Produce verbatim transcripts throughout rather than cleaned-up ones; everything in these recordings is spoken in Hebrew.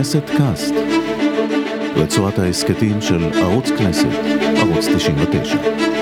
כנסת קאסט, רצועת העסקתים של ערוץ כנסת, ערוץ תשעים ותשע.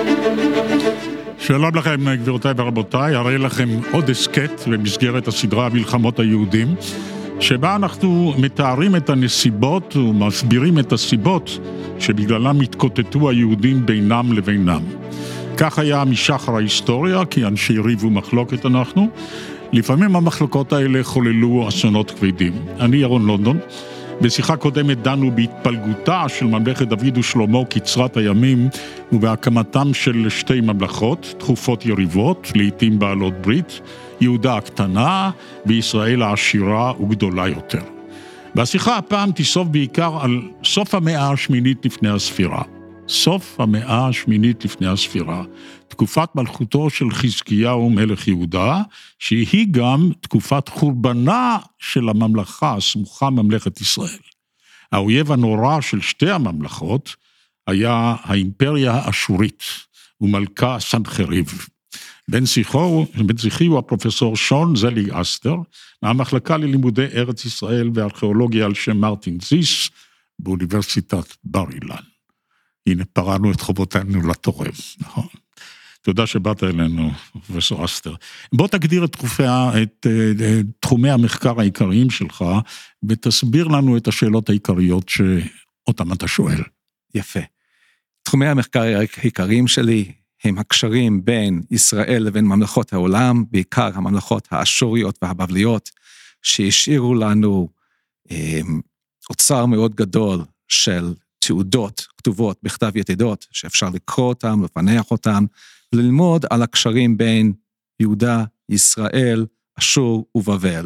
שלום לכם גבירותיי ורבותיי, הרי לכם עוד עסקת במסגרת הסדרה מלחמות היהודים, שבה אנחנו מתארים את הנסיבות ומסבירים את הסיבות שבגללם התקוטטו היהודים בינם לבינם. כך היה משחר ההיסטוריה, כי אנשי ריב ומחלוקת אנחנו. לפעמים המחלוקות האלה חוללו אסונות כבדים. אני ירון לונדון. בשיחה קודמת דנו בהתפלגותה של ממלכת דוד ושלמה קצרת הימים ובהקמתם של שתי ממלכות, תקופות יריבות, לעתים בעלות ברית, יהודה הקטנה וישראל העשירה וגדולה יותר. בשיחה הפעם תיסוף בעיקר על סוף המאה השמינית לפני הספירה. סוף המאה השמינית לפני הספירה, תקופת מלכותו של חזקיהו מלך יהודה, שהיא גם תקופת חורבנה של הממלכה הסמוכה ממלכת ישראל. האויב הנורא של שתי הממלכות היה האימפריה האשורית ומלכה סנחריב. בן שיחו, בן שיחי הוא הפרופסור שון זליג אסטר, מהמחלקה ללימודי ארץ ישראל וארכיאולוגיה על שם מרטין זיס, באוניברסיטת בר אילן. הנה, פרענו את חובותינו לתורם, נכון? תודה שבאת אלינו, פרופסור אסטר. בוא תגדיר את, תחופי, את, את תחומי המחקר העיקריים שלך, ותסביר לנו את השאלות העיקריות שאותם אתה שואל. יפה. תחומי המחקר העיקריים שלי הם הקשרים בין ישראל לבין ממלכות העולם, בעיקר הממלכות האשוריות והבבליות, שהשאירו לנו אה, אוצר מאוד גדול של תעודות כתובות בכתב יתדות, שאפשר לקרוא אותם, לפנח אותם, וללמוד על הקשרים בין יהודה, ישראל, אשור ובבל.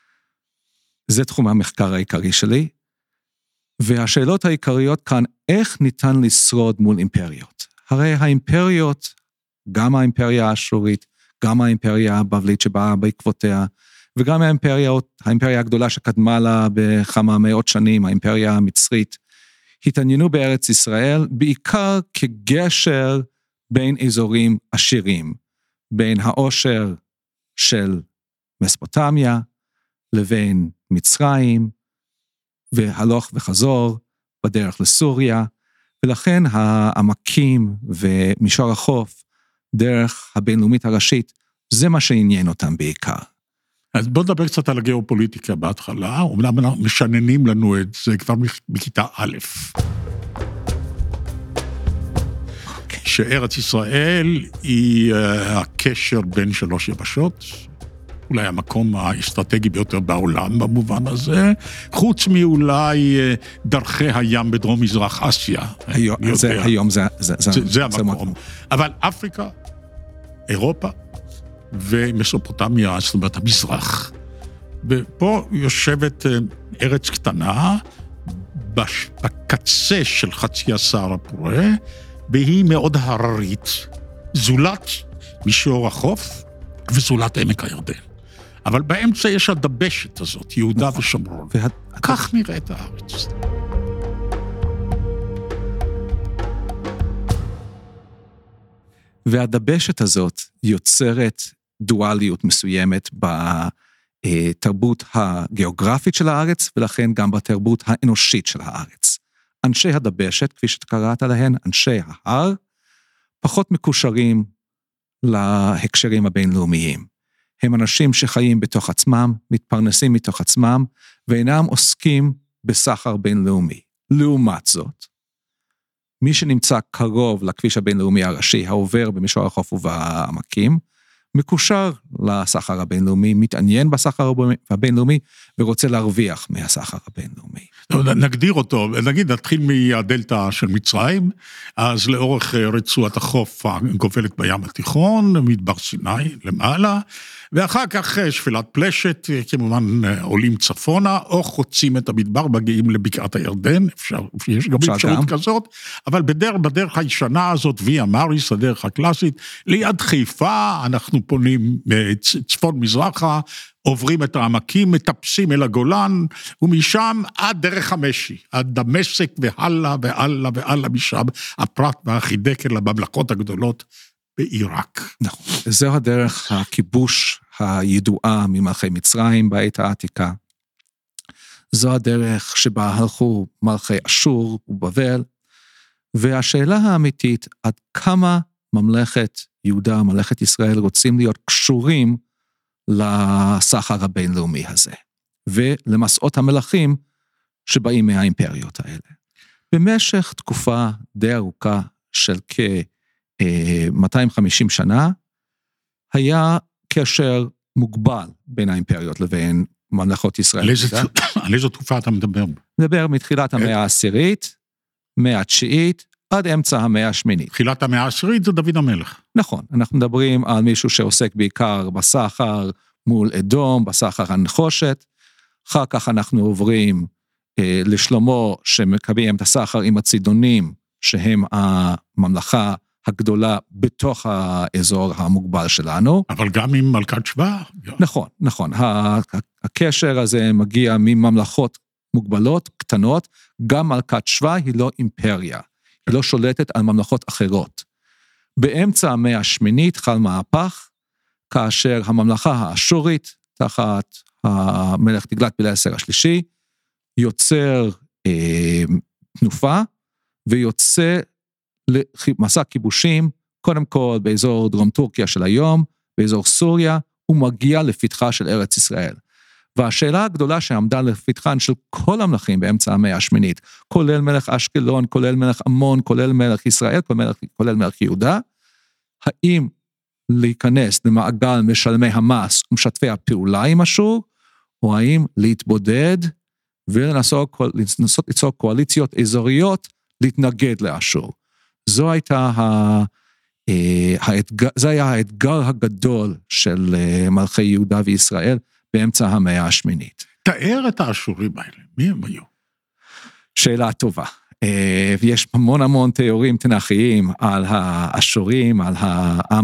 זה תחום המחקר העיקרי שלי, והשאלות העיקריות כאן, איך ניתן לשרוד מול אימפריות? הרי האימפריות, גם האימפריה האשורית, גם האימפריה הבבלית שבאה בעקבותיה, וגם האימפריה, האימפריה הגדולה שקדמה לה בכמה מאות שנים, האימפריה המצרית, התעניינו בארץ ישראל, בעיקר כגשר בין אזורים עשירים, בין העושר של מספוטמיה, לבין מצרים, והלוך וחזור בדרך לסוריה, ולכן העמקים ומישור החוף, דרך הבינלאומית הראשית, זה מה שעניין אותם בעיקר. אז בוא נדבר קצת על הגיאופוליטיקה בהתחלה, אומנם משננים לנו את זה כבר בכיתה א'. Okay. שארץ ישראל היא uh, הקשר בין שלוש יבשות, אולי המקום האסטרטגי ביותר בעולם במובן הזה, חוץ מאולי uh, דרכי הים בדרום מזרח אסיה. היום, זה, היום זה, זה, זה, זה, זה המקום. אבל אפריקה, אירופה, ומסופוטמיה, זאת אומרת, המזרח. ופה יושבת ארץ קטנה, בקצה של חצי הסהר הפורה, והיא מאוד הררית, זולת מישור החוף, וזולת עמק הירדן. אבל באמצע יש הדבשת הזאת, יהודה ושומרון. כך נראית הארץ. והדבשת הזאת יוצרת דואליות מסוימת בתרבות הגיאוגרפית של הארץ, ולכן גם בתרבות האנושית של הארץ. אנשי הדבשת, כפי שקראת להן, אנשי ההר, פחות מקושרים להקשרים הבינלאומיים. הם אנשים שחיים בתוך עצמם, מתפרנסים מתוך עצמם, ואינם עוסקים בסחר בינלאומי. לעומת זאת, מי שנמצא קרוב לכביש הבינלאומי הראשי, העובר במישור החוף ובעמקים, מקושר לסחר הבינלאומי, מתעניין בסחר הבינלאומי, ורוצה להרוויח מהסחר הבינלאומי. נגדיר אותו, נגיד, נתחיל מהדלטה של מצרים, אז לאורך רצועת החוף הגובלת בים התיכון, מדבר סיני למעלה, ואחר כך שפלת פלשת, כמובן עולים צפונה, או חוצים את המדבר, מגיעים לבקעת הירדן, אפשר, יש גם אפשרות כזאת, אבל בדרך, בדרך הישנה הזאת, ויה מריס, הדרך הקלאסית, ליד חיפה, אנחנו פונים צפון מזרחה, עוברים את העמקים, מטפסים אל הגולן, ומשם עד דרך המשי, עד דמשק והלאה והלאה והלאה משם, הפרת והחידקל לממלכות הגדולות בעיראק. נכון, זו הדרך הכיבוש הידועה ממלכי מצרים בעת העתיקה. זו הדרך שבה הלכו מלכי אשור ובבל, והשאלה האמיתית, עד כמה ממלכת יהודה, ממלכת ישראל, רוצים להיות קשורים לסחר הבינלאומי הזה, ולמסעות המלכים שבאים מהאימפריות האלה. במשך תקופה די ארוכה של כ-מאתיים וחמישים שנה, היה קשר מוגבל בין האימפריות לבין ממלכות ישראל. על איזו תקופה אתה מדבר? מדבר מתחילת המאה העשירית, מאה התשיעית, עד אמצע המאה השמינית. תחילת המאה העשירית זה דוד המלך. נכון, אנחנו מדברים על מישהו שעוסק בעיקר בסחר מול אדום, בסחר הנחושת, אחר כך אנחנו עוברים אה, לשלמה שמקבעים את הסחר עם הצידונים, שהם הממלכה הגדולה בתוך האזור המוגבל שלנו. אבל גם עם מלכת שבא. נכון, נכון. הקשר הזה מגיע מממלכות מוגבלות, קטנות, גם מלכת שבא היא לא אימפריה, היא לא שולטת על ממלכות אחרות. באמצע המאה השמינית חל מהפך, כאשר הממלכה האשורית, תחת המלך תגלת-פילסר השלישי, יוצר אה, תנופה, ויוצא למסע כיבושים, קודם כל באזור דרום טורקיה של היום, באזור סוריה, הוא מגיע לפתחה של ארץ ישראל. והשאלה הגדולה שעמדה לפתחן של כל המלכים באמצע המאה השמינית, כולל מלך אשקלון, כולל מלך עמון, כולל מלך ישראל, כולל מלך, כולל מלך יהודה, האם להיכנס למעגל משלמי המס ומשתפי הפעולה עם אשור, או האם להתבודד ולנסות לנסות ליצור קואליציות אזוריות להתנגד לאשור. זו הייתה ה... האתגר, זה היה האתגר הגדול של מלכי יהודה וישראל באמצע המאה השמינית. תאר את האשורים האלה, מי הם היו? שאלה טובה. ויש המון המון תיאורים תנ"כיים על האשורים, על העם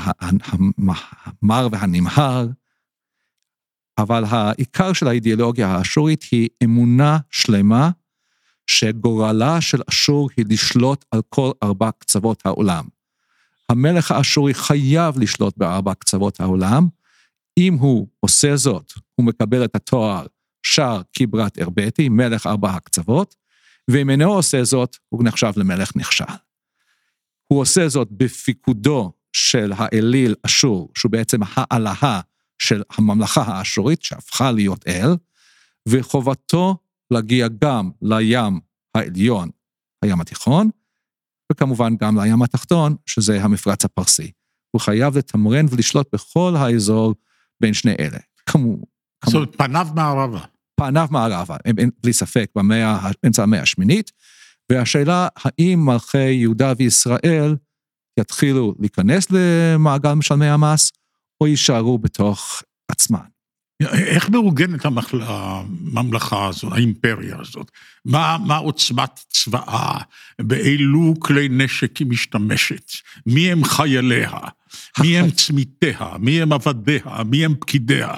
המר והנמהר, אבל העיקר של האידיאולוגיה האשורית היא אמונה שלמה, שגורלה של אשור היא לשלוט על כל ארבע קצוות העולם. המלך האשורי חייב לשלוט בארבע קצוות העולם, אם הוא עושה זאת, הוא מקבל את התואר שר קיברת ארבטי, מלך ארבע הקצוות, ואם אינו עושה זאת, הוא נחשב למלך נכשל. הוא עושה זאת בפיקודו של האליל אשור, שהוא בעצם העלהה של הממלכה האשורית, שהפכה להיות אל, וחובתו להגיע גם לים העליון, הים התיכון, וכמובן גם לים התחתון, שזה המפרץ הפרסי. הוא חייב לתמרן ולשלוט בכל האזור בין שני אלה. כמו, זאת אומרת, פניו מערבה. פניו מערבה, בלי ספק, במאה, באמצע המאה השמינית, והשאלה, האם מלכי יהודה וישראל יתחילו להיכנס למעגל משלמי המס, או יישארו בתוך עצמן. איך מאורגנת הממלכה הזו, האימפריה הזאת? מה, מה עוצמת צבאה? באילו כלי נשק היא משתמשת? מי הם חייליה? מי הם צמיתיה? מי הם עבדיה? מי הם פקידיה?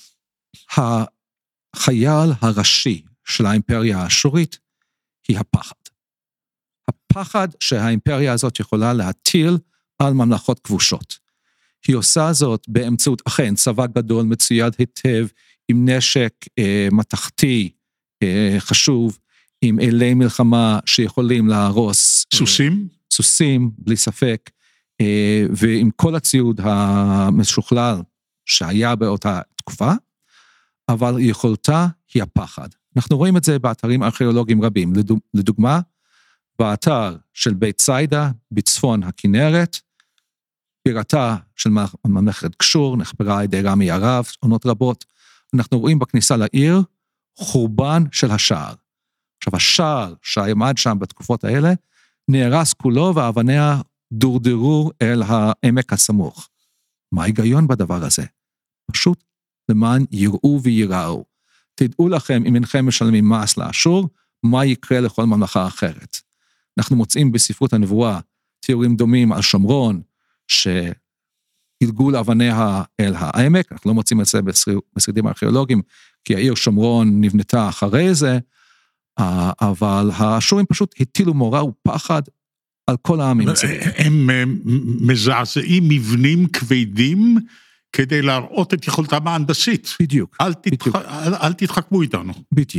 החייל הראשי של האימפריה האשורית היא הפחד. הפחד שהאימפריה הזאת יכולה להטיל על ממלכות כבושות. היא עושה זאת באמצעות, אכן, צבא גדול, מצויד היטב, עם נשק אה, מתכתי אה, חשוב, עם אלי מלחמה שיכולים להרוס. סוסים? אה, סוסים, בלי ספק, אה, ועם כל הציוד המשוכלל שהיה באותה תקופה, אבל יכולתה היא הפחד. אנחנו רואים את זה באתרים ארכיאולוגיים רבים, לדוגמה, באתר של בית ציידה, בצפון הכנרת, בירתה של ממלכת גשור, נחפרה על ידי רמי הרב, עונות רבות, אנחנו רואים בכניסה לעיר, חורבן של השער. עכשיו, השער שעמד שם בתקופות האלה, נהרס כולו, ואבניה דורדרו אל העמק הסמוך. מה ההיגיון בדבר הזה? פשוט למען יראו ויראו. תדעו לכם, אם אינכם משלמים מס לאשור, מה יקרה לכל ממלכה אחרת. אנחנו מוצאים בספרות הנבואה, תיאורים דומים על שומרון, שגלגול אבניה אל העמק, אנחנו לא מוצאים את זה בשרידים הארכיאולוגיים, כי העיר שומרון נבנתה אחרי זה, אבל האשורים פשוט הטילו מורא ופחד על כל העמים. הם מזעזעים מבנים כבדים, כדי להראות את יכולתם ההנדסית. בדיוק. אל, תתח... בדיוק. אל, אל תתחכמו איתנו. בדיוק.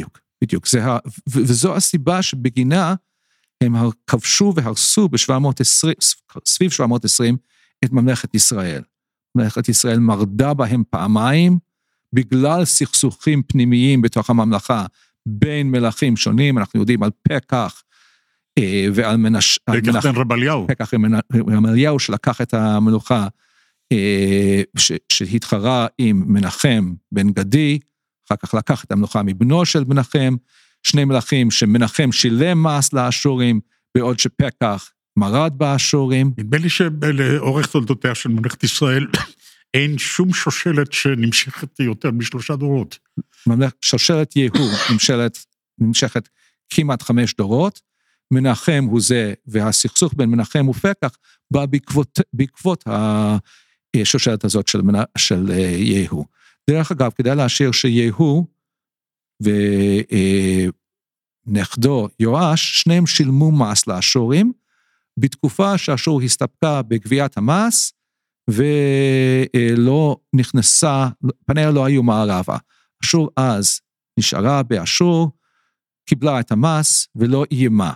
בדיוק, זה, וזו הסיבה שבגינה הם כבשו והרסו ב-שבע מאות ועשרים, סביב שבע מאות ועשרים את ממלכת ישראל. ממלכת ישראל מרדה בהם פעמיים, בגלל סכסוכים פנימיים בתוך הממלכה, בין מלכים שונים, אנחנו יודעים על פקח, ועל מנש... פקח בן רבליהו. פקח בן רבליהו שלקח את המלוכה, ש... שהתחרה עם מנחם בן גדי, אחר כך לקח את המלוכה מבנו של מנחם, שני מלכים שמנחם שילם מס לאשורים, בעוד שפקח מרד באשורים. נדמה לי שלאורך תולדותיה של ממלכת ישראל, אין שום שושלת שנמשכת יותר משלושה דורות. שושלת יהוא נמשכת, נמשכת כמעט חמש דורות, מנחם הוא זה, והסכסוך בין מנחם ופקח, בא בעקבות, בעקבות השושלת הזאת של, של יהוא. דרך אגב, כדי להשאיר שיהוא ונכדו יואש, שניהם שילמו מס לאשורים, בתקופה שאשור הסתפקה בגביית המס, ולא נכנסה, פניה לא היו מערבה. אשור אז נשארה באשור, קיבלה את המס ולא איימה.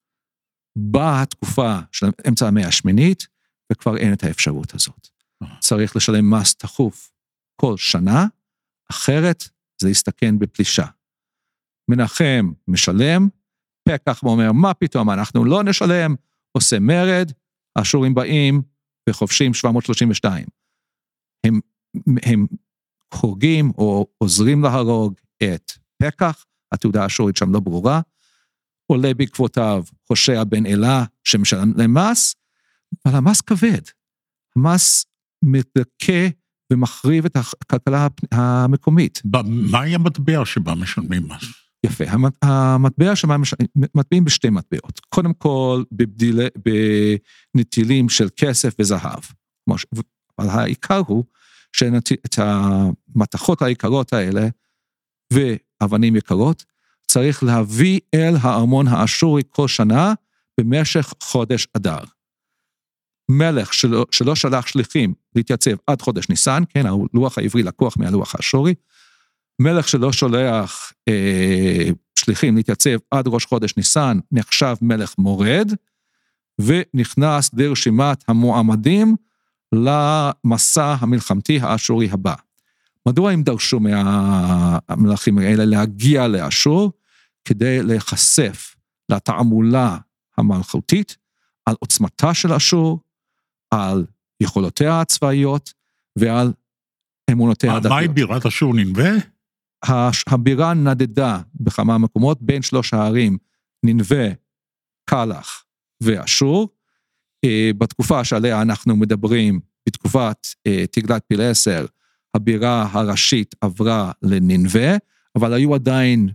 באה התקופה של אמצע המאה השמינית, וכבר אין את האפשרות הזאת. צריך לשלם מס תחוף כל שנה, אחרת זה יסתכן בפלישה. מנחם משלם, פקח ואומר, מה פתאום, אנחנו לא נשלם, עושה מרד, האשורים באים וחופשים שבע מאות שלושים ושתיים. הם, הם הורגים או עוזרים להרוג את פקח, התעודה האשורית שם לא ברורה, עולה בעקבותיו הושע בן אלה שמשלם למס, אבל המס כבד. המס מדכא ומחריב את הכלכלה המקומית. מהי המטבע שבה משלמים מס? יפה, המטבע שבה מטבעים בשתי מטבעות. קודם כל, בבדילי, בנטילים של כסף וזהב. אבל העיקר הוא, שאת המתכות העיקרות האלה, ואבנים יקרות, צריך להביא אל הארמון האשורי כל שנה, במשך חודש אדר. מלך שלא, שלא שלח שליחים להתייצב עד חודש ניסן, כן, הלוח העברי לקוח מהלוח האשורי, מלך שלא שולח אה, שליחים להתייצב עד ראש חודש ניסן, נחשב מלך מורד, ונכנס לרשימת המועמדים למסע המלחמתי האשורי הבא. מדוע הם דרשו מהמלכים האלה להגיע לאשור, כדי להיחשף לתעמולה המלכותית, על עוצמתה של אשור, על יכולותיה הצבאיות, ועל אמונותיה הדתיות. מהי בירת אשור נינווה? הבירה נדדה בכמה מקומות, בין שלוש הערים, נינווה, קלח ואשור, בתקופה שעליה אנחנו מדברים, בתקופת תגלת פילסר, הבירה הראשית עברה לנינווה, אבל היו עדיין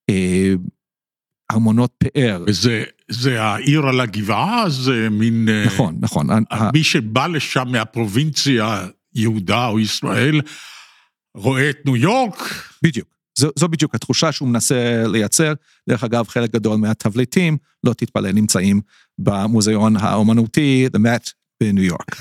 ארמונות פאר. וזה זה העיר על הגבעה, זה מין... נכון, נכון. מי שבא לשם מהפרובינציה, יהודה או ישראל, רואה את ניו יורק. בדיוק. זו, זו בדיוק התחושה שהוא מנסה לייצר. דרך אגב, חלק גדול מהתבליטים, לא תתפלא, נמצאים במוזיאון האומנותי, The Met, בניו יורק.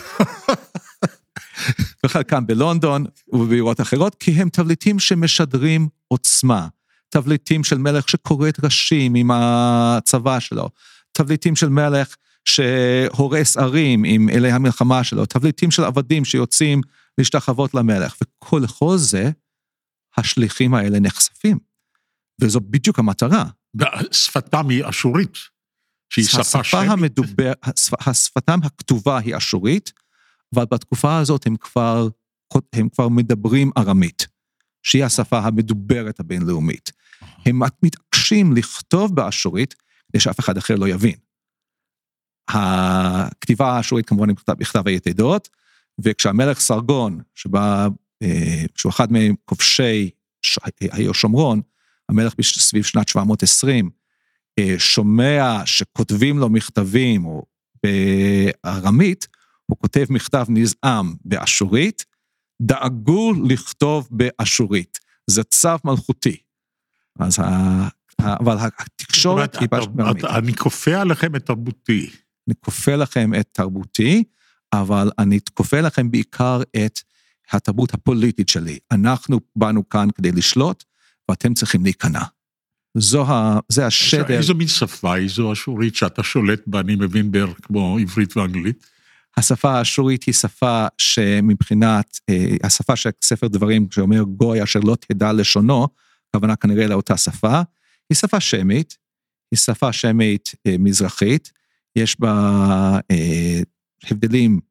וחלקם בלונדון ובבירות אחרות, כי הם תבליטים שמשדרים עוצמה. תבליטים של מלך שקוראת ראשים עם הצבא שלו. תבליטים של מלך שהורס ערים עם אלי המלחמה שלו. תבליטים של עבדים שיוצאים להשתחוות למלך. וכל כל זה, השליחים האלה נחשפים. וזו בדיוק המטרה. שפתם היא אשורית. שהיא שפה שמית. המדובר, השפתם הכתובה היא אשורית, אבל בתקופה הזאת הם כבר, הם כבר מדברים ארמית, שהיא השפה המדוברת הבינלאומית. הם מתעקשים לכתוב באשורית, כדי שאף אחד אחר לא יבין. הכתיבה האשורית כמובן נכתב בכתב היתדות, וכשהמלך סרגון, שבא, שהוא אחד מכובשי העיר שומרון, המלך סביב שנת שבע מאות ועשרים, שומע שכותבים לו מכתבים, או בארמית, הוא כותב מכתב נזעם באשורית, דאגו לכתוב באשורית. זה צו מלכותי. אז ה... אבל התקשורת היא פשוט בארמית. אני כופה עליכם את תרבותי. אני כופה לכם את תרבותי, אבל אני כופה לכם בעיקר את התרבות הפוליטית שלי. אנחנו באנו כאן כדי לשלוט, ואתם צריכים להיכנע. זו ה, זה השדר. איזו מין שפה היא זו אשורית שאתה שולט בה, אני מבין בערך כמו עברית ואנגלית? השפה האשורית היא שפה שמבחינת, השפה של ספר דברים שאומר גוי אשר לא תדע לשונו, הכוונה כנראה לאותה שפה, היא שפה שמית, היא שפה שמית מזרחית, יש בה הבדלים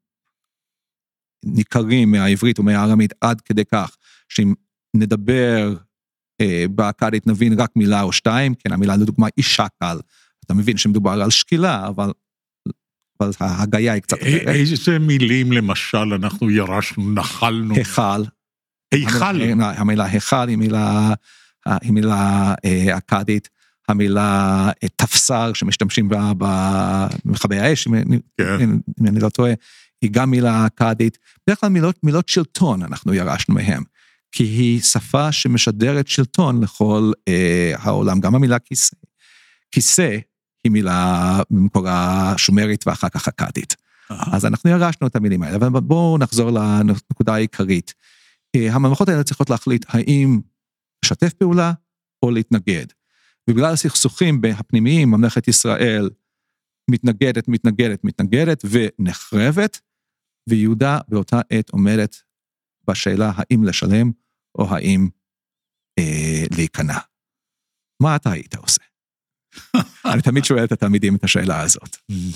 ניכרים מהעברית ומהארמית עד כדי כך, שאם נדבר באכדית נבין רק מילה או שתיים, כן, המילה לדוגמה היא שקל, אתה מבין שמדובר על שקילה, אבל, אבל ההגייה היא קצת אחרת. איזה מילים למשל אנחנו ירשנו, נחלנו? היכל. היכל. המילה היכל היא מילה, היא מילה אכדית, המילה תפסר שמשתמשים בה במכבי האש, אם אני לא טועה, היא גם מילה אכדית, בדרך כלל מילות, מילות שלטון אנחנו ירשנו מהם, כי היא שפה שמשדרת שלטון לכל אה, העולם, גם המילה כיסא. כיסא היא מילה במקורה שומרית ואחר כך אכדית. אז אנחנו ירשנו את המילים האלה, אבל בואו נחזור לנקודה העיקרית. אה, הממלכות האלה צריכות להחליט האם לשתף פעולה או להתנגד. ובגלל הסכסוכים הפנימיים, ממלכת ישראל מתנגדת, מתנגדת, מתנגדת ונחרבת, ויהודה באותה עת עומדת בשאלה האם לשלם או האם אה, להיכנע. מה אתה היית עושה? אני תמיד שואל את התלמידים את השאלה הזאת.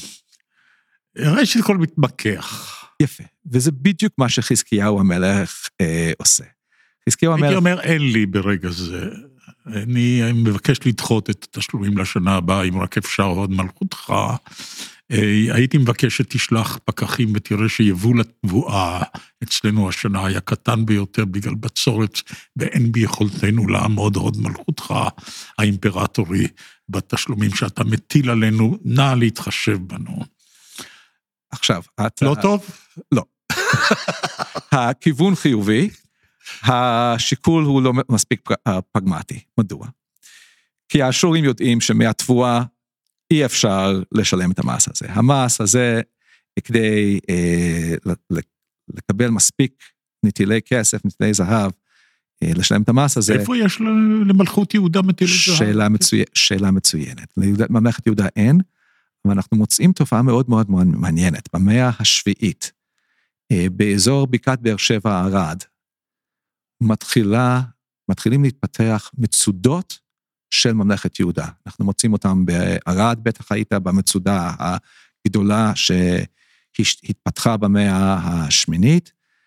ראשית כל מתמקח. יפה, וזה בדיוק מה שחזקיהו המלך אה, עושה. חזקיהו המלך... הייתי אומר אין לי ברגע זה, אני מבקש לדחות את התשלומים לשנה הבאה, אם רק אפשר עוד מלכותך, הייתי מבקש שתשלח פקחים ותראה שיבול התבואה אצלנו השנה היה קטן ביותר בגלל בצורת, ואין ביכולתנו לעמוד עוד מלכותך האימפרטורי בתשלומים שאתה מטיל עלינו, נא להתחשב בנו. עכשיו, אתה... לא טוב? לא. הכיוון חיובי, השיקול הוא לא מספיק פרגמטי. מדוע? כי האשורים יודעים שמהתבואה אי אפשר לשלם את המס הזה. המס הזה, כדי אה, לקבל מספיק נטילי כסף, נטילי זהב, אה, לשלם את המס הזה. איפה יש למלכות יהודה נטילי זהב? שאלה, מצוי... שאלה מצוינת. לממלכת יהודה אין, ואנחנו מוצאים תופעה מאוד מאוד מאוד מעניינת. במאה השביעית, אה, באזור בקעת באר שבע ערד, מתחילה, מתחילים להתפתח מצודות של ממלכת יהודה. אנחנו מוצאים אותם בערד, בטח היית במצודה הגדולה שהתפתחה במאה השמינית,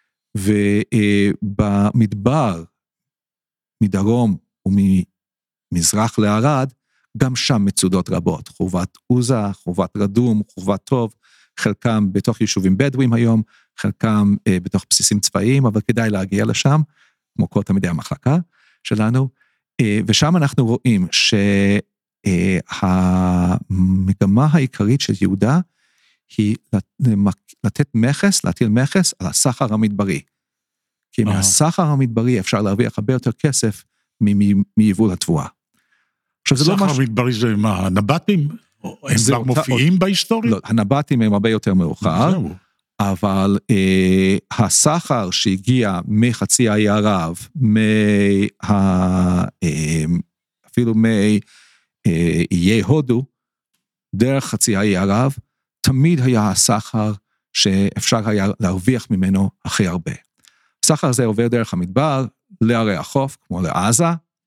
ובמדבר, מדרום וממזרח לערד, גם שם מצודות רבות, חובת עוזה, חובת רדום, חובת טוב, חלקם בתוך יישובים בדואים היום, חלקם בתוך בסיסים צבאיים, אבל כדאי להגיע לשם, כמו כל תלמידי המחלקה שלנו, ושם אנחנו רואים שהמגמה העיקרית של יהודה, היא לתת מכס, להטיל מכס על הסחר המדברי. כי מהסחר המדברי אפשר להרוויח הרבה יותר כסף מיבול התבואה. הסחר המדברי זה מה, הנבטים? הם כבר מופיעים בהיסטוריה? לא, הנבטים הם הרבה יותר מאוחר. זהו. אבל אה, הסחר שהגיע מחצי האי ערב, מה, אה, אפילו מאיי אה, הודו, דרך חצי האי ערב, תמיד היה הסחר שאפשר היה להרוויח ממנו הכי הרבה. הסחר הזה עובר דרך המדבר, לערי החוף, כמו לעזה,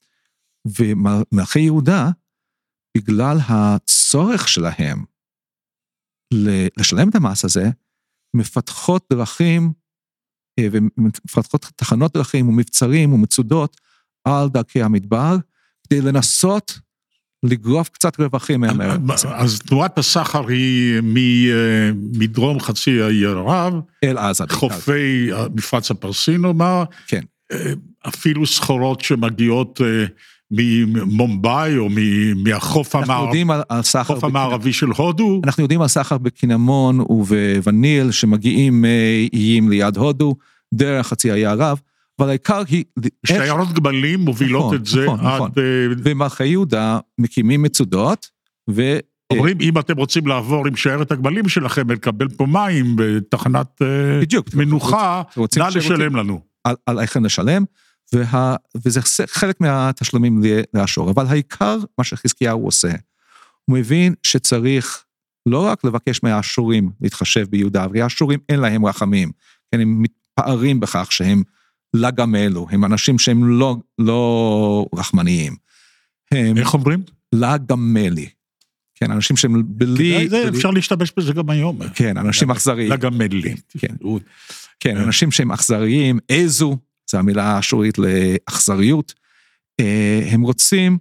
ומלכי יהודה, בגלל הצורך שלהם לשלם את המס הזה, מפתחות דרכים, ומפתחות תחנות דרכים ומבצרים ומצודות על דרכי המדבר, כדי לנסות לגרוף קצת רווחים מהמרד. אז תנועת הסחר היא מדרום חצי האי ערב, אל עזה. חופי מפרץ הפרסי נאמר, כן. אפילו סחורות שמגיעות ממומביי או מהחוף המערבי של הודו. אנחנו יודעים על סחר בקינמון ובווניל שמגיעים מאיים ליד הודו, דרך חצי האי ערב, אבל העיקר היא... שיירות גמלים מובילות את זה עד... ומלכי יהודה מקימים מצודות, ו... אומרים, אם אתם רוצים לעבור עם שיירת הגמלים שלכם, לקבל פה מים בתחנת מנוחה, נא לשלם לנו. על איך לשלם, וה, וזה חלק מהתשלומים לאשור, אבל העיקר מה שחזקיהו עושה, הוא מבין שצריך לא רק לבקש מהאשורים להתחשב ביהודה, כי האשורים אין להם רחמים, כן, הם מתפארים בכך שהם לגמלו, הם אנשים שהם לא, לא רחמניים. הם איך אומרים? לגמלי. כן, אנשים שהם בלי... זה, אפשר להשתמש בזה גם היום. כן, אנשים אכזריים. לגמלי. כן, כן, אנשים שהם אכזריים, איזו, זו המילה האשורית לאכזריות, הם רוצים,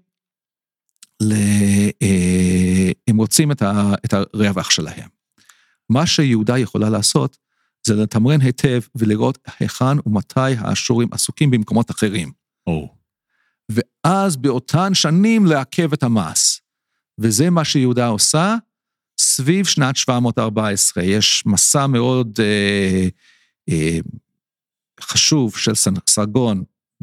הם רוצים את הרווח שלהם. מה שיהודה יכולה לעשות, זה לתמרן היטב ולראות היכן ומתי האשורים עסוקים במקומות אחרים. או. ואז באותן שנים לעכב את המס. וזה מה שיהודה עושה, סביב שנת שבע מאות וארבע עשרה, יש מסע מאוד אה, אה, חשוב של סרגון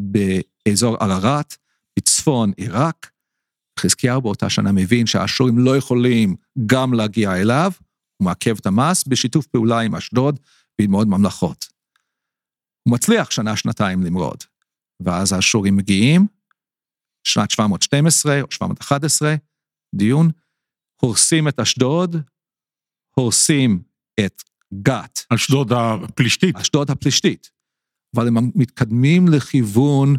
באזור ערערת, בצפון עיראק, חזקיהו באותה שנה מבין שהאשורים לא יכולים גם להגיע אליו, הוא מעכב את המס בשיתוף פעולה עם אשדוד, ולמרוד ממלכות. הוא מצליח שנה, שנתיים למרוד, ואז האשורים מגיעים, שנת שבע מאות ושתים עשרה או שבע מאות ואחת עשרה, דיון, הורסים את אשדוד, הורסים את גת. אשדוד הפלישתית. אשדוד הפלישתית. אבל הם מתקדמים לכיוון,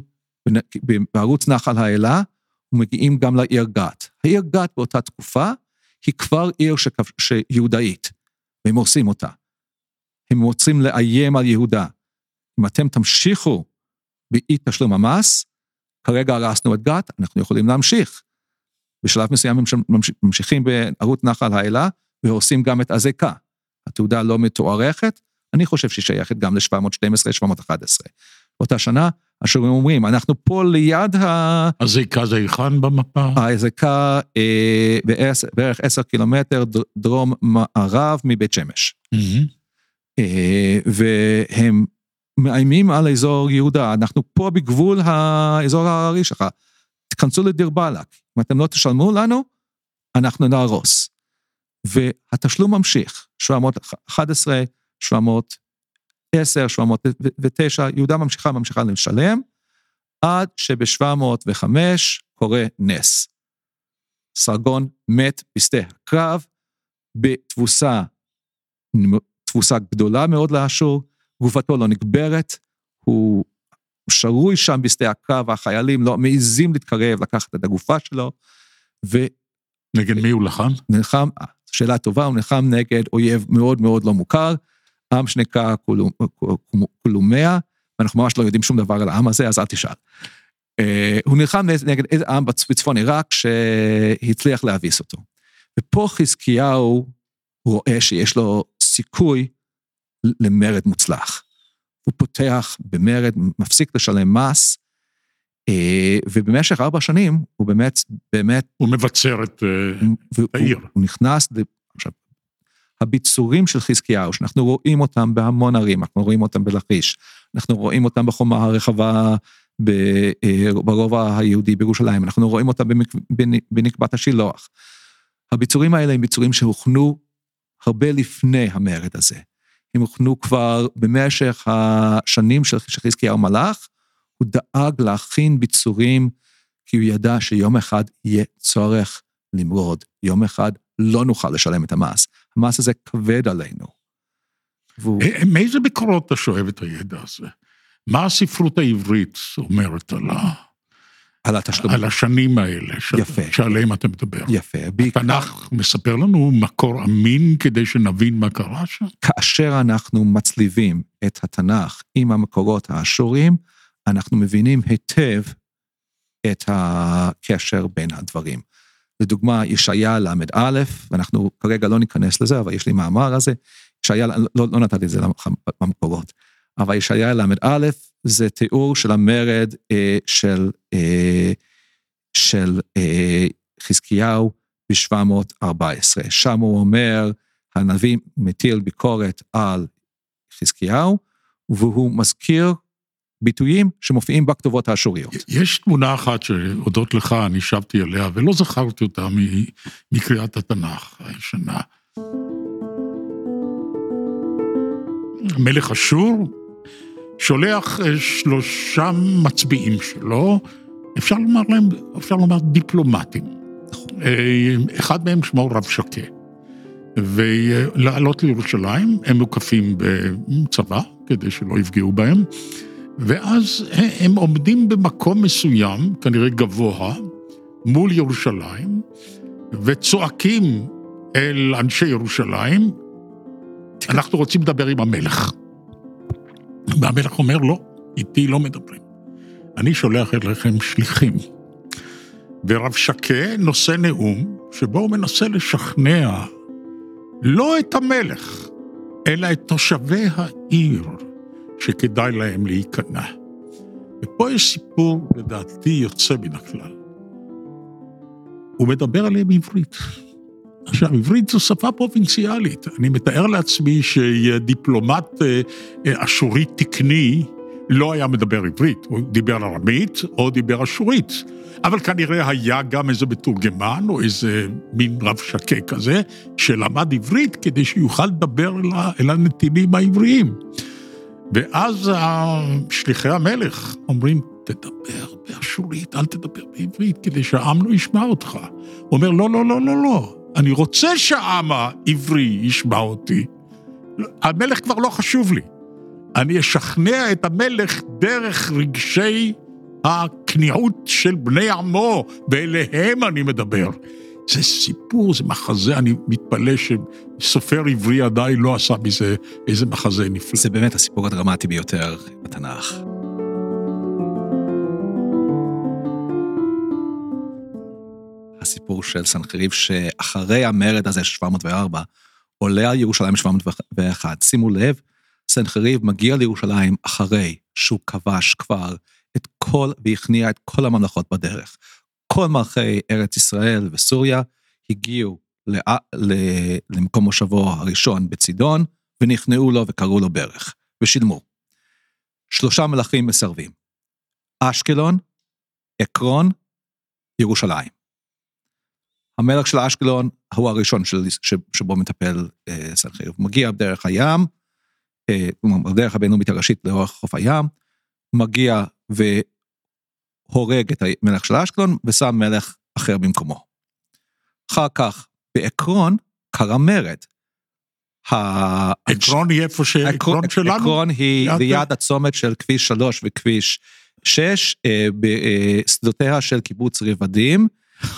בערוץ נחל האלה, ומגיעים גם לעיר גת. העיר גת באותה תקופה, היא כבר עיר שיהודאית, והם הורסים אותה. הם רוצים לאיים על יהודה. אם אתם תמשיכו באי תשלום המס, כרגע הרסנו את גת, אנחנו יכולים להמשיך. בשלב מסוים הם ממשיכים בערוץ נחל האלה, והורסים גם את עזקה. התעודה לא מתוארכת, אני חושב שהיא שייכת גם ל-שבע מאות ושתים עשרה שבע מאות ואחת עשרה. באותה שנה, אשורים אומרים, אנחנו פה ליד ה... עזקה זה היכן במפה? העזקה אה, בערך עשר קילומטר דרום מערב מבית שמש. Mm-hmm. אה, והם מאיימים על אזור יהודה, אנחנו פה בגבול האזור העררי שלך, תכנסו לדיר בלק, אם אתם לא תשלמו לנו, אנחנו נהרוס. והתשלום ממשיך, שבע מאות ואחת עשרה, שבע מאות ועשר, שבע מאות ותשע, יהודה ממשיכה, ממשיכה לשלם, עד שב-שבע מאות וחמש קורה נס. סרגון מת בשדה הקרב, בתבוסה, תבוסה גדולה מאוד לאשור, גופתו לא נקברת, הוא שרוי שם בשדה הקרב, החיילים לא מעיזים להתקרב, לקחת את הגופה שלו, ו... נגד מי הוא לחם? נלחם, שאלה טובה, הוא נלחם נגד אויב מאוד מאוד לא מוכר, עם שנקרא קולומיה, ואנחנו ממש לא יודעים שום דבר על העם הזה, אז אל תשאל. הוא נלחם נגד איזה עם בצפון עיראק, שהצליח להביס אותו. ופה חזקיהו רואה שיש לו סיכוי למרד מוצלח. הוא פותח במרד, מפסיק לשלם מס, ובמשך ארבע שנים, הוא באמת, באמת... הוא מבצר את העיר. הוא נכנס, עכשיו, הביצורים של חזקיהו, שאנחנו רואים אותם בהמון ערים, אנחנו רואים אותם בלכיש, אנחנו רואים אותם בחומה הרחבה, ברובע היהודי בירושלים, אנחנו רואים אותם בנקבת השילוח. הביצורים האלה הם ביצורים שהוכנו הרבה לפני המרד הזה. הם הוכנו כבר במשך השנים של חזקיהו מלך, הוא דאג להכין ביצורים, כי הוא ידע שיום אחד יהיה צורך למרוד, יום אחד לא נוכל לשלם את המס. המס הזה כבד עלינו. והוא... מאיזה ביקורות אתה שואב את הידע הזה? מה הספרות העברית אומרת על ה... על התשלום. על השנים האלה, ש... שעליהם אתה מדבר. יפה. התנ"ך מספר לנו מקור אמין כדי שנבין מה קרה שם? כאשר אנחנו מצליבים את התנ"ך עם המקורות האשוריים, אנחנו מבינים היטב את הקשר בין הדברים. לדוגמה, ישעיה למד א', ואנחנו כרגע לא ניכנס לזה, אבל יש לי מאמר הזה, ישעיה, לא, לא נתתי את זה למקורות, אבל ישעיה למד א', זה תיאור של המרד אה, של, אה, של אה, חזקיהו ב-שבע מאות וארבע עשרה. שם הוא אומר, הנביא מטיל ביקורת על חזקיהו, והוא מזכיר ביטויים שמופיעים בכתובות האשוריות. יש תמונה אחת שהודות לך, אני שבתי עליה, ולא זכרתי אותה מקריאת התנ"ך הישנה. מלך אשור שולח שלושה מצביעים שלו, אפשר לומר להם, אפשר לומר דיפלומטים. אחד מהם שמו רב שקה. ולעלות לירושלים, הם מוקפים בצבא, כדי שלא יפגעו בהם, ואז הם עומדים במקום מסוים, כנראה גבוה, מול ירושלים, וצועקים אל אנשי ירושלים, אנחנו רוצים לדבר עם המלך. והמלך אומר, לא, איתי לא מדברים. אני שולח אליכם שליחים. ורב שקה נושא נאום, שבו הוא מנסה לשכנע, לא את המלך, אלא את תושבי העיר, שכדאי להם להיכנע. ופה יש סיפור, לדעתי, יוצא מן הכלל. הוא מדבר עליהם עברית. עכשיו, עברית זו שפה פרובינציאלית. אני מתאר לעצמי שדיפלומט אשורי תקני לא היה מדבר עברית. הוא דיבר ארמית או דיבר אשורית. אבל כנראה היה גם איזה מתורגמן או איזה מין רב שקה כזה, שלמד עברית כדי שיוכל לדבר אל הנתינים העבריים. ואז שליחי המלך אומרים, תדבר באשורית, אל תדבר בעברית, כדי שהעם לא ישמע אותך. הוא אומר, לא, לא, לא, לא, לא. אני רוצה שהעם העברי ישמע אותי. המלך כבר לא חשוב לי. אני אשכנע את המלך דרך רגשי הכניעות של בני עמו, ואליהם אני מדבר. זה סיפור, זה מחזה, אני מתפלא שסופר עברי עדיין לא עשה מזה איזה מחזה נפלא. זה באמת הסיפור הדרמטי ביותר בתנ"ך. הסיפור של סנחריב שאחרי המרד הזה שבע מאות וארבע, עולה על ירושלים שבע מאות ואחת. שימו לב, סנחריב מגיע לירושלים אחרי שהוא כבש כבר את כל, והכניע את כל הממלכות בדרך. כל מלכי ארץ ישראל וסוריה הגיעו למקום מושבו הראשון בצידון, ונכנעו לו וקראו לו ברך, ושילמו. שלושה מלכים מסרבים. אשקלון, עקרון, ירושלים. המלך של אשקלון הוא הראשון של, שבו מטפל אה, סנחריב. הוא מגיע בדרך הים, אה, בדרך הבינלאומית הראשית לאורך חוף הים, מגיע והורג את המלך של אשקלון, ושם מלך אחר במקומו. אחר כך, בעקרון, קרה מרד. עקרון היא איפה שעקרון שלנו? עקרון היא ליד הצומת של כביש שלוש וכביש שש, בשדותיה של קיבוץ רבדים,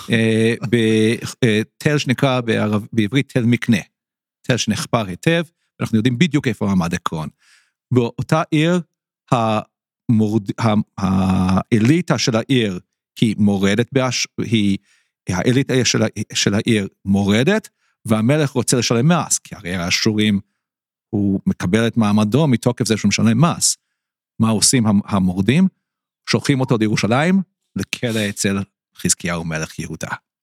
בתל שנקרא בעברית תל מקנה, תל שנחפר היטב, ואנחנו יודעים בדיוק איפה עמד עקרון. באותה עיר, האליטה של העיר היא מורדת, האליטה של העיר מורדת, והמלך רוצה לשלם מס, כי הרי האשורים, הוא מקבל את מעמדו מתוקף זה שהוא משלם מס. מה עושים המורדים? שולחים אותו לירושלים, לכלא אצל חזקיהו מלך יהודה.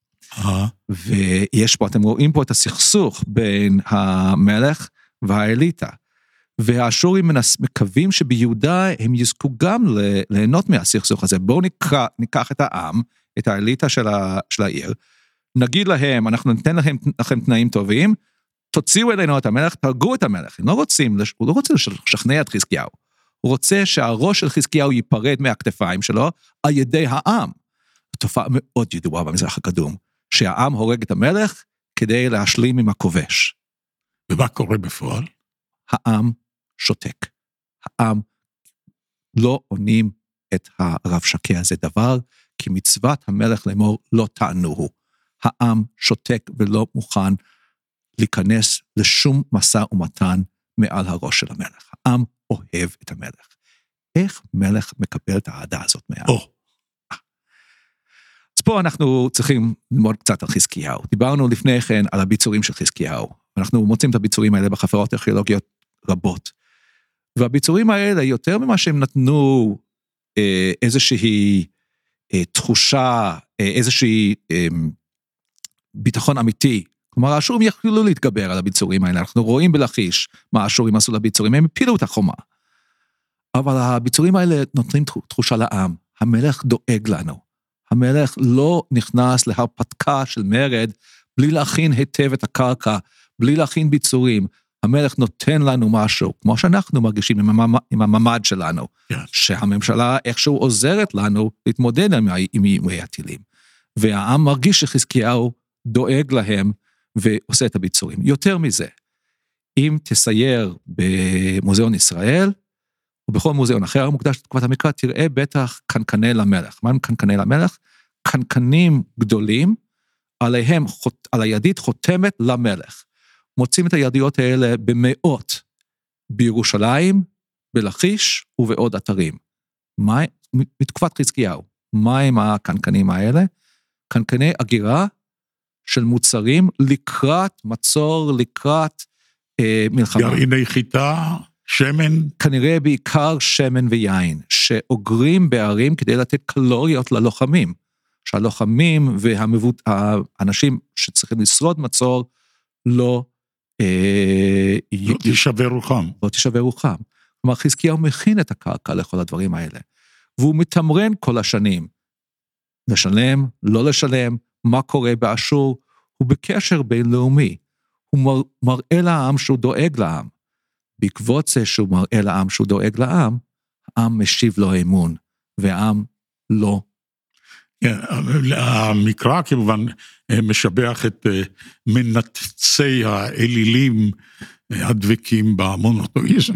ויש פה, אתם רואים פה את הסכסוך בין המלך והאליטה, והאשורים מקווים שביהודה הם יזכו גם ליהנות מהסכסוך הזה. בואו נקרא, ניקח את העם, את האליטה של, ה, של העיר, נגיד להם, אנחנו ניתן לכם, לכם תנאים טובים, תוציאו אלינו את המלך, תרגו את המלך. הם לא רוצים, הוא לא רוצה לשכנע את חזקיהו. הוא רוצה שהראש של חזקיהו ייפרד מהכתפיים שלו, על ידי העם. התופעה מאוד ידועה במזרח הקדום, שהעם הורג את המלך, כדי להשלים עם הכובש. ומה קורה בפועל? העם שותק. העם לא עונים את הרב שקה הזה דבר, כי מצוות המלך לאמור לא תענוהו. העם שותק ולא מוכן להיכנס לשום מסע ומתן מעל הראש של המלך. העם אוהב את המלך. איך מלך מקבל את העדה הזאת מהעם? או. אז פה אנחנו צריכים ללמוד קצת על חזקיהו. דיברנו לפני כן על הביצורים של חזקיהו. אנחנו מוצאים את הביצורים האלה בחפירות ארכיאולוגיות רבות. והביצורים האלה, יותר ממה שהם נתנו אה, איזושהי אה, תחושה, אה, איזושהי אה, ביטחון אמיתי, כלומר, האשורים יכלו להתגבר על הביצורים האלה, אנחנו רואים בלחיש מה האשורים עשו לביצורים, הם הפילו את החומה. אבל הביצורים האלה נותנים תחושה לעם, המלך דואג לנו, המלך לא נכנס להרפתקה של מרד, בלי להכין היטב את הקרקע, בלי להכין ביצורים, המלך נותן לנו משהו, כמו שאנחנו מרגישים עם, הממ, עם הממד שלנו, כן. שהממשלה איכשהו עוזרת לנו להתמודד עם, עם איומי הטילים. והעם מרגיש שחזקיהו דואג להם ועושה את הביצורים. יותר מזה, אם תסייר במוזיאון ישראל, או בכל מוזיאון אחר מוקדש לתקופת המקרא, תראה בטח קנקני למלך. מה הם קנקני למלך? קנקנים גדולים, עליהם, על הידית חותמת למלך. מוצאים את הידיות האלה במאות, בירושלים, בלכיש ובעוד אתרים. מה, בתקופת חזקיהו, מה הם הקנקנים האלה? קנקני אגירה של מוצרים לקראת מצור, לקראת אה, מלחמה. גרעיני חיטה, שמן. כנראה בעיקר שמן ויין, שאוגרים בערים כדי לתת קלוריות ללוחמים. שהלוחמים והאנשים שצריכים לשרוד מצור, לא, אה, לא י... תשווה רוחם. לא תשווה רוחם. כלומר, חזקיהו מכין את הקרקע לכל הדברים האלה. והוא מתמרן כל השנים. לשלם, לא לשלם, מה קורה באשור, הוא בקשר בינלאומי. הוא מר, מראה לעם שהוא דואג לעם. בעקבות זה שהוא מראה לעם שהוא דואג לעם, העם משיב לו אמון, והעם לא. כן, המקרא כמובן משבח את מנתצי האלילים הדבקים במונותאיזם,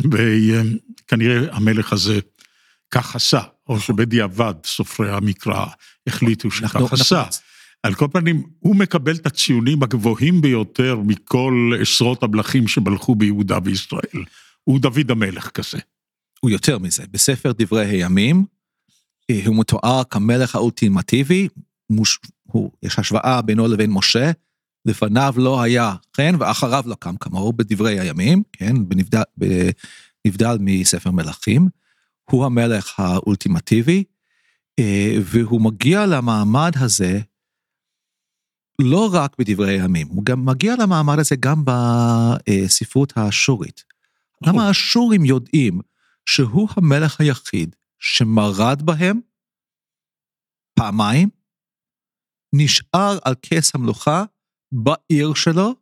וכנראה המלך הזה כך עשה, או שבדיעבד סופרי המקרא החליטו שכך עשה. על כל פנים, הוא מקבל את הציונים הגבוהים ביותר מכל עשרות המלכים שמלכו ביהודה וישראל. הוא דוד המלך כזה. הוא יותר מזה. בספר דברי הימים, הוא מתואר כמלך האולטימטיבי, מוש, הוא, יש השוואה בינו לבין משה, לפניו לא היה כן, ואחריו לא קם כמוהו בדברי הימים, כן, בנבדל, בנבדל מספר מלכים, הוא המלך האולטימטיבי, והוא מגיע למעמד הזה, לא רק בדברי הימים, הוא גם מגיע למעמד הזה גם בספרות האשורית. למה האשורים יודעים שהוא המלך היחיד שמרד בהם פעמיים, נשאר על כס המלוכה בעיר שלו,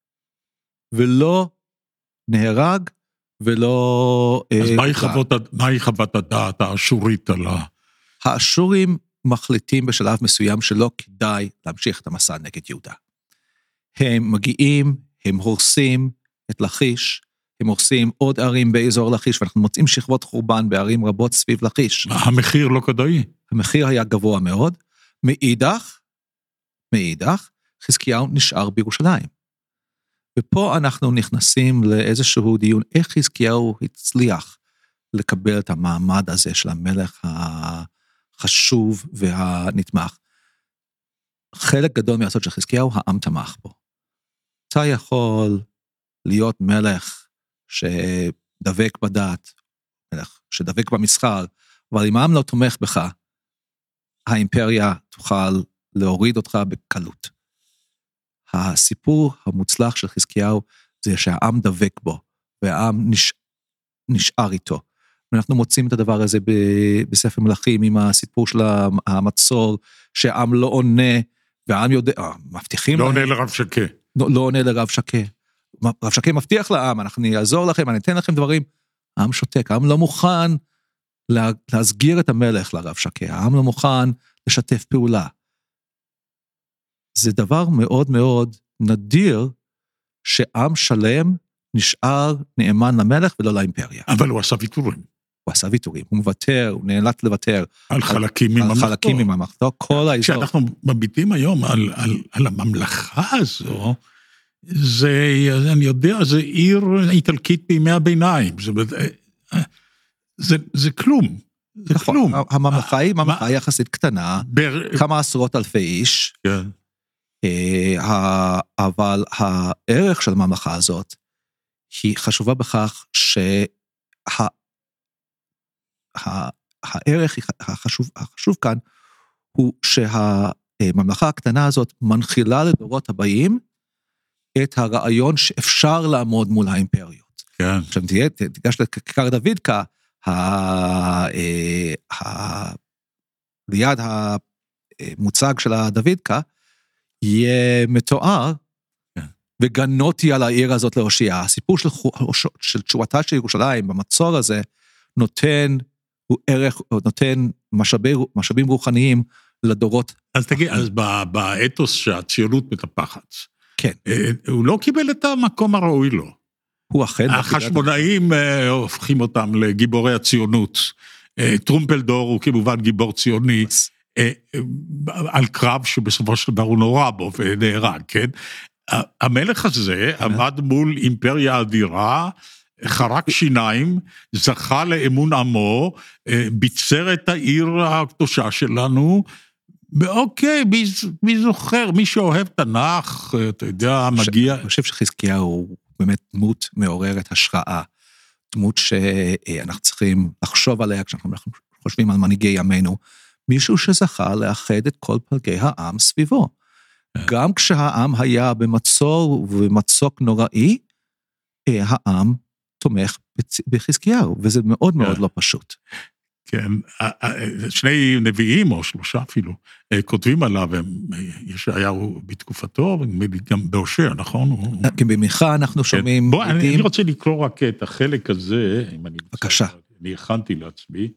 ולא נהרג ולא... אז מהי חוות, מהי חוות הדעת האשורית על ה... האשורים מחליטים בשלב מסוים שלא כדאי להמשיך את המסע נגד יהודה. הם מגיעים, הם הורסים את לכיש, הם הורסים עוד ערים באזור לכיש, ואנחנו מוצאים שכבות חורבן בערים רבות סביב לכיש. המחיר לא כדאי. המחיר היה גבוה מאוד. מאידך, מאידך, חזקיהו נשאר בירושלים. ופה אנחנו נכנסים לאיזשהו דיון, איך חזקיהו הצליח לקבל את המעמד הזה של המלך החשוב והנתמך. חלק גדול מהסוד של חזקיהו, העם תמך בו. אתה יכול להיות מלך שדבק בדת, מלך שדבק במסחר, אבל אם העם לא תומך בך, האימפריה תוכל להוריד אותך בקלות. הסיפור המוצלח של חזקיהו זה שהעם דבק בו, והעם נש... נשאר איתו. ואנחנו מוצאים את הדבר הזה בספר מלכים, עם הסיפור של המצור, שהעם לא עונה, והעם יודע, מבטיחים... לא עונה לרב שקה. לא, לא עונה לרב שקה. רב שקה מבטיח לעם, אנחנו נעזור לכם, אני אתן לכם דברים. העם שותק, העם לא מוכן לה, להסגיר את המלך לרב שקה, העם לא מוכן לשתף פעולה. זה דבר מאוד מאוד נדיר, שעם שלם נשאר נאמן למלך ולא לאימפריה. אבל הוא עשה ויתורים. הוא עשה ויתורים, הוא מוותר, הוא נאלץ לוותר. על חלקים מממלכתו. על חלקים מממלכתו, כל האזור. כשאנחנו מביטים היום על, על, על הממלכה הזו, זה, אני יודע, זה עיר איטלקית בימי הביניים, זה, זה, זה כלום. זה נכון, כלום. הממלכה היא ממלכה יחסית קטנה, בר... כמה עשרות אלפי איש, כן. אבל הערך של הממלכה הזאת, היא חשובה בכך שה... הערך החשוב, החשוב כאן, הוא שהממלכה הקטנה הזאת מנחילה לדורות הבאים, את הרעיון שאפשר לעמוד מול האימפריות. כן. עכשיו תהיה, תיגש לכיכר דוידקה, ליד המוצג של הדוידקה, יהיה מתואר, כן. וגנותי על העיר הזאת להושיע. הסיפור של, של תשובתה של ירושלים במצור הזה, נותן, הוא ערך, נותן משאבי, משאבים רוחניים לדורות. אז תגיד, אז באתוס שהציונות מטפחת, כן. הוא לא קיבל את המקום הראוי לו. הוא אכן... החשמונאים הופכים אותם לגיבורי הציונות. טרומפלדור הוא כמובן גיבור ציוני, על קרב שבסופו של דבר הוא נורא בו ונהרג, כן? המלך הזה עמד מול אימפריה אדירה, חרק שיניים, זכה לאמון עמו, ביצר את העיר הקדושה שלנו, ואוקיי, מי, מי זוכר, מי שאוהב תנ"ך, אתה יודע, מגיע... אני חושב שחזקיהו הוא באמת דמות מעוררת השראה, דמות שאנחנו צריכים לחשוב עליה, כשאנחנו חושבים על מנהיגי ימינו, מישהו שזכה לאחד את כל פלגי העם סביבו. גם כשהעם היה במצור ובמצוק נוראי, העם תומך בחזקיהו, וזה מאוד מאוד לא פשוט. כן, שני נביאים, או שלושה אפילו, כותבים עליו, ישעיהו בתקופתו, גם בהושע, נכון? גם במיכה אנחנו שומעים... בוא, אני רוצה לקרוא רק את החלק הזה, אם אני... בבקשה. אני הכנתי לעצמי.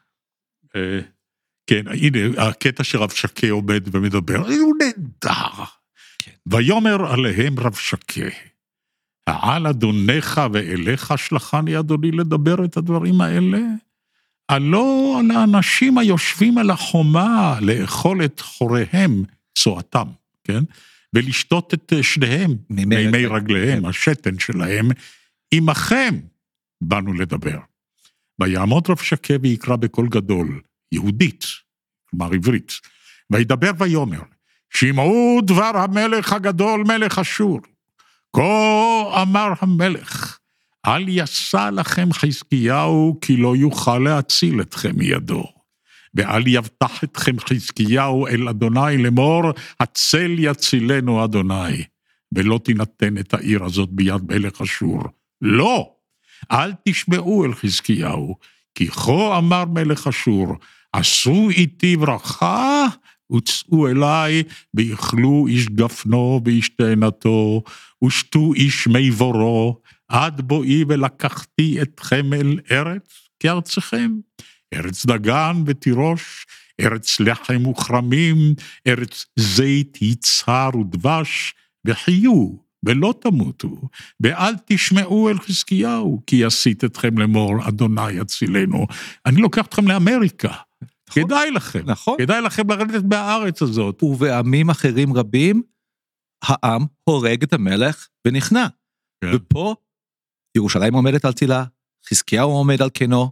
כן, הנה, הקטע שרב שקה עומד ומדבר, הוא נהדר. ויאמר עליהם רב שקה, העל אדונך ואליך שלחני אדוני לדבר את הדברים האלה, הלא על האנשים היושבים על החומה לאכול את חוריהם, צועתם, כן? ולשתות את שניהם, מימי רגליהם, השתן שלהם, עמכם באנו לדבר. ויעמוד רב שקה ויקרא בקול גדול, יהודית, כלומר עברית, וידבר ויאמר, שמעו דבר המלך הגדול, מלך אשור. כה אמר המלך, אל יסע לכם חזקיהו, כי לא יוכל להציל אתכם מידו. ואל יבטח אתכם חזקיהו אל אדוני לאמור, הצל יצילנו אדוני, ולא תינתן את העיר הזאת ביד מלך אשור. לא, אל תשמעו אל חזקיהו, כי כה אמר מלך אשור, עשו איתי ברכה, וצאו אליי, ויאכלו איש גפנו ואיש תאנתו, ושתו איש מי בורו, עד בואי ולקחתי אתכם אל ארץ, כארצכם, ארץ דגן ותירוש, ארץ לחם וכרמים, ארץ זית יצהר ודבש, וחיו, ולא תמותו, ואל תשמעו אל חזקיהו, כי עשית אתכם לאמור, אדוני יצילנו. אני לוקח אתכם לאמריקה, נכון, כדאי לכם, נכון. כדאי לכם לרדת בארץ הזאת. ובעמים אחרים רבים, העם הורג את המלך ונכנע. כן. ופה ירושלים עומדת על תילה, חזקיהו עומד על כנו,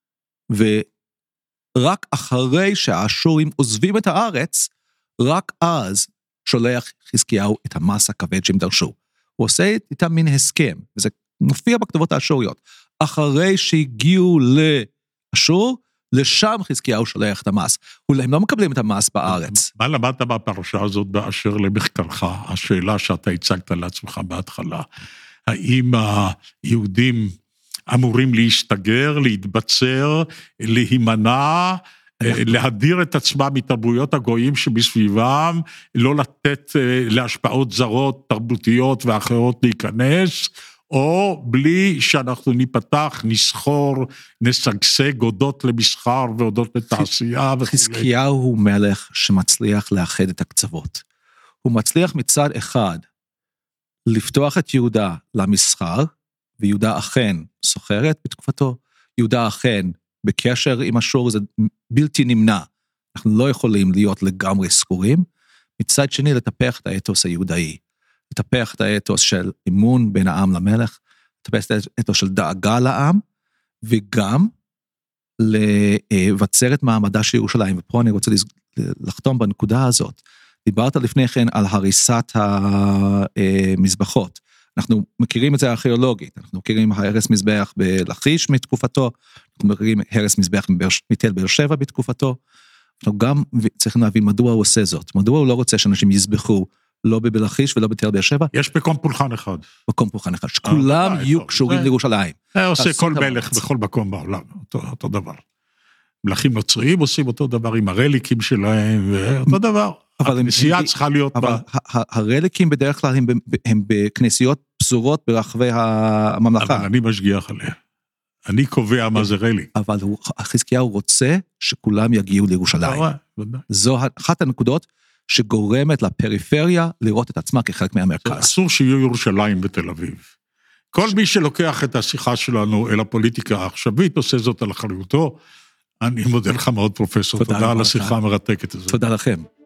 ורק אחרי שהאשורים עוזבים את הארץ, רק אז שולח חזקיהו את המס הכבד שהם דרשו. הוא עושה איתם מין הסכם, וזה מופיע בכתובות האשוריות. אחרי שהגיעו לאשור, לשם חזקיהו שולח את המס. הם לא מקבלים את המס בארץ. מה למדת בפרשה הזאת באשר למחקרך? השאלה שאתה הצגת לעצמך בהתחלה. האם היהודים אמורים להשתגר, להתבצר, להימנע, להדיר את עצמם מתרבויות הגויים שבסביבם, לא לתת להשפעות זרות, תרבותיות ואחרות להיכנס, או בלי שאנחנו ניפתח, נסחור, נשגשג, הודות למסחר והודות לתעשייה. חזקיהו הוא מלך שמצליח לאחד את הקצוות. הוא מצליח מצד אחד לפתוח את יהודה למסחר, ויהודה אכן סוחרת בתקופתו, יהודה אכן בקשר עם אשור, זה בלתי נמנע, אנחנו לא יכולים להיות לגמרי סגורים, מצד שני לטפח את האתוס היהודאי, לטפח את האתוס של אמון בין העם למלך, לטפח את האתוס של דאגה לעם, וגם לבצר את מעמדה של ירושלים, ופה אני רוצה לחתום בנקודה הזאת, דיברת לפני כן על הריסת המזבחות, אנחנו מכירים את זה ארכיאולוגית, אנחנו מכירים הרס מזבח בלכיש מתקופתו, אנחנו מכירים הרס מזבח מתל באר שבע בתקופתו, אנחנו גם צריכים להבין מדוע הוא עושה זאת, מדוע הוא לא רוצה שאנשים יזבחו, לא בלכיש ולא בתל באר שבע. יש מקום פולחן אחד. מקום פולחן אחד, שכולם יהיו קשורים לירושלים. זה עושה כל מלך בכל מקום בעולם, אותו דבר. מלכים נוצריים עושים אותו דבר עם הרליקים שלהם, ואותו דבר. הכנסייה צריכה להיות... אבל הרליקים בדרך כלל הם בכנסיות פזורות ברחבי הממלכה. אבל אני משגיח עליה. אני קובע מה זה רליק. אבל חזקיהו רוצה שכולם יגיעו לירושלים. זו אחת הנקודות שגורמת לפריפריה לראות את עצמה כחלק מהמרכז. אסור שיהיו ירושלים בתל אביב. כל מי שלוקח את השיחה שלנו אל הפוליטיקה העכשווית, עושה זאת על אחריותו. אני מודה לך מאוד, פרופסור. תודה על השיחה המרתקת הזאת. תודה לכם.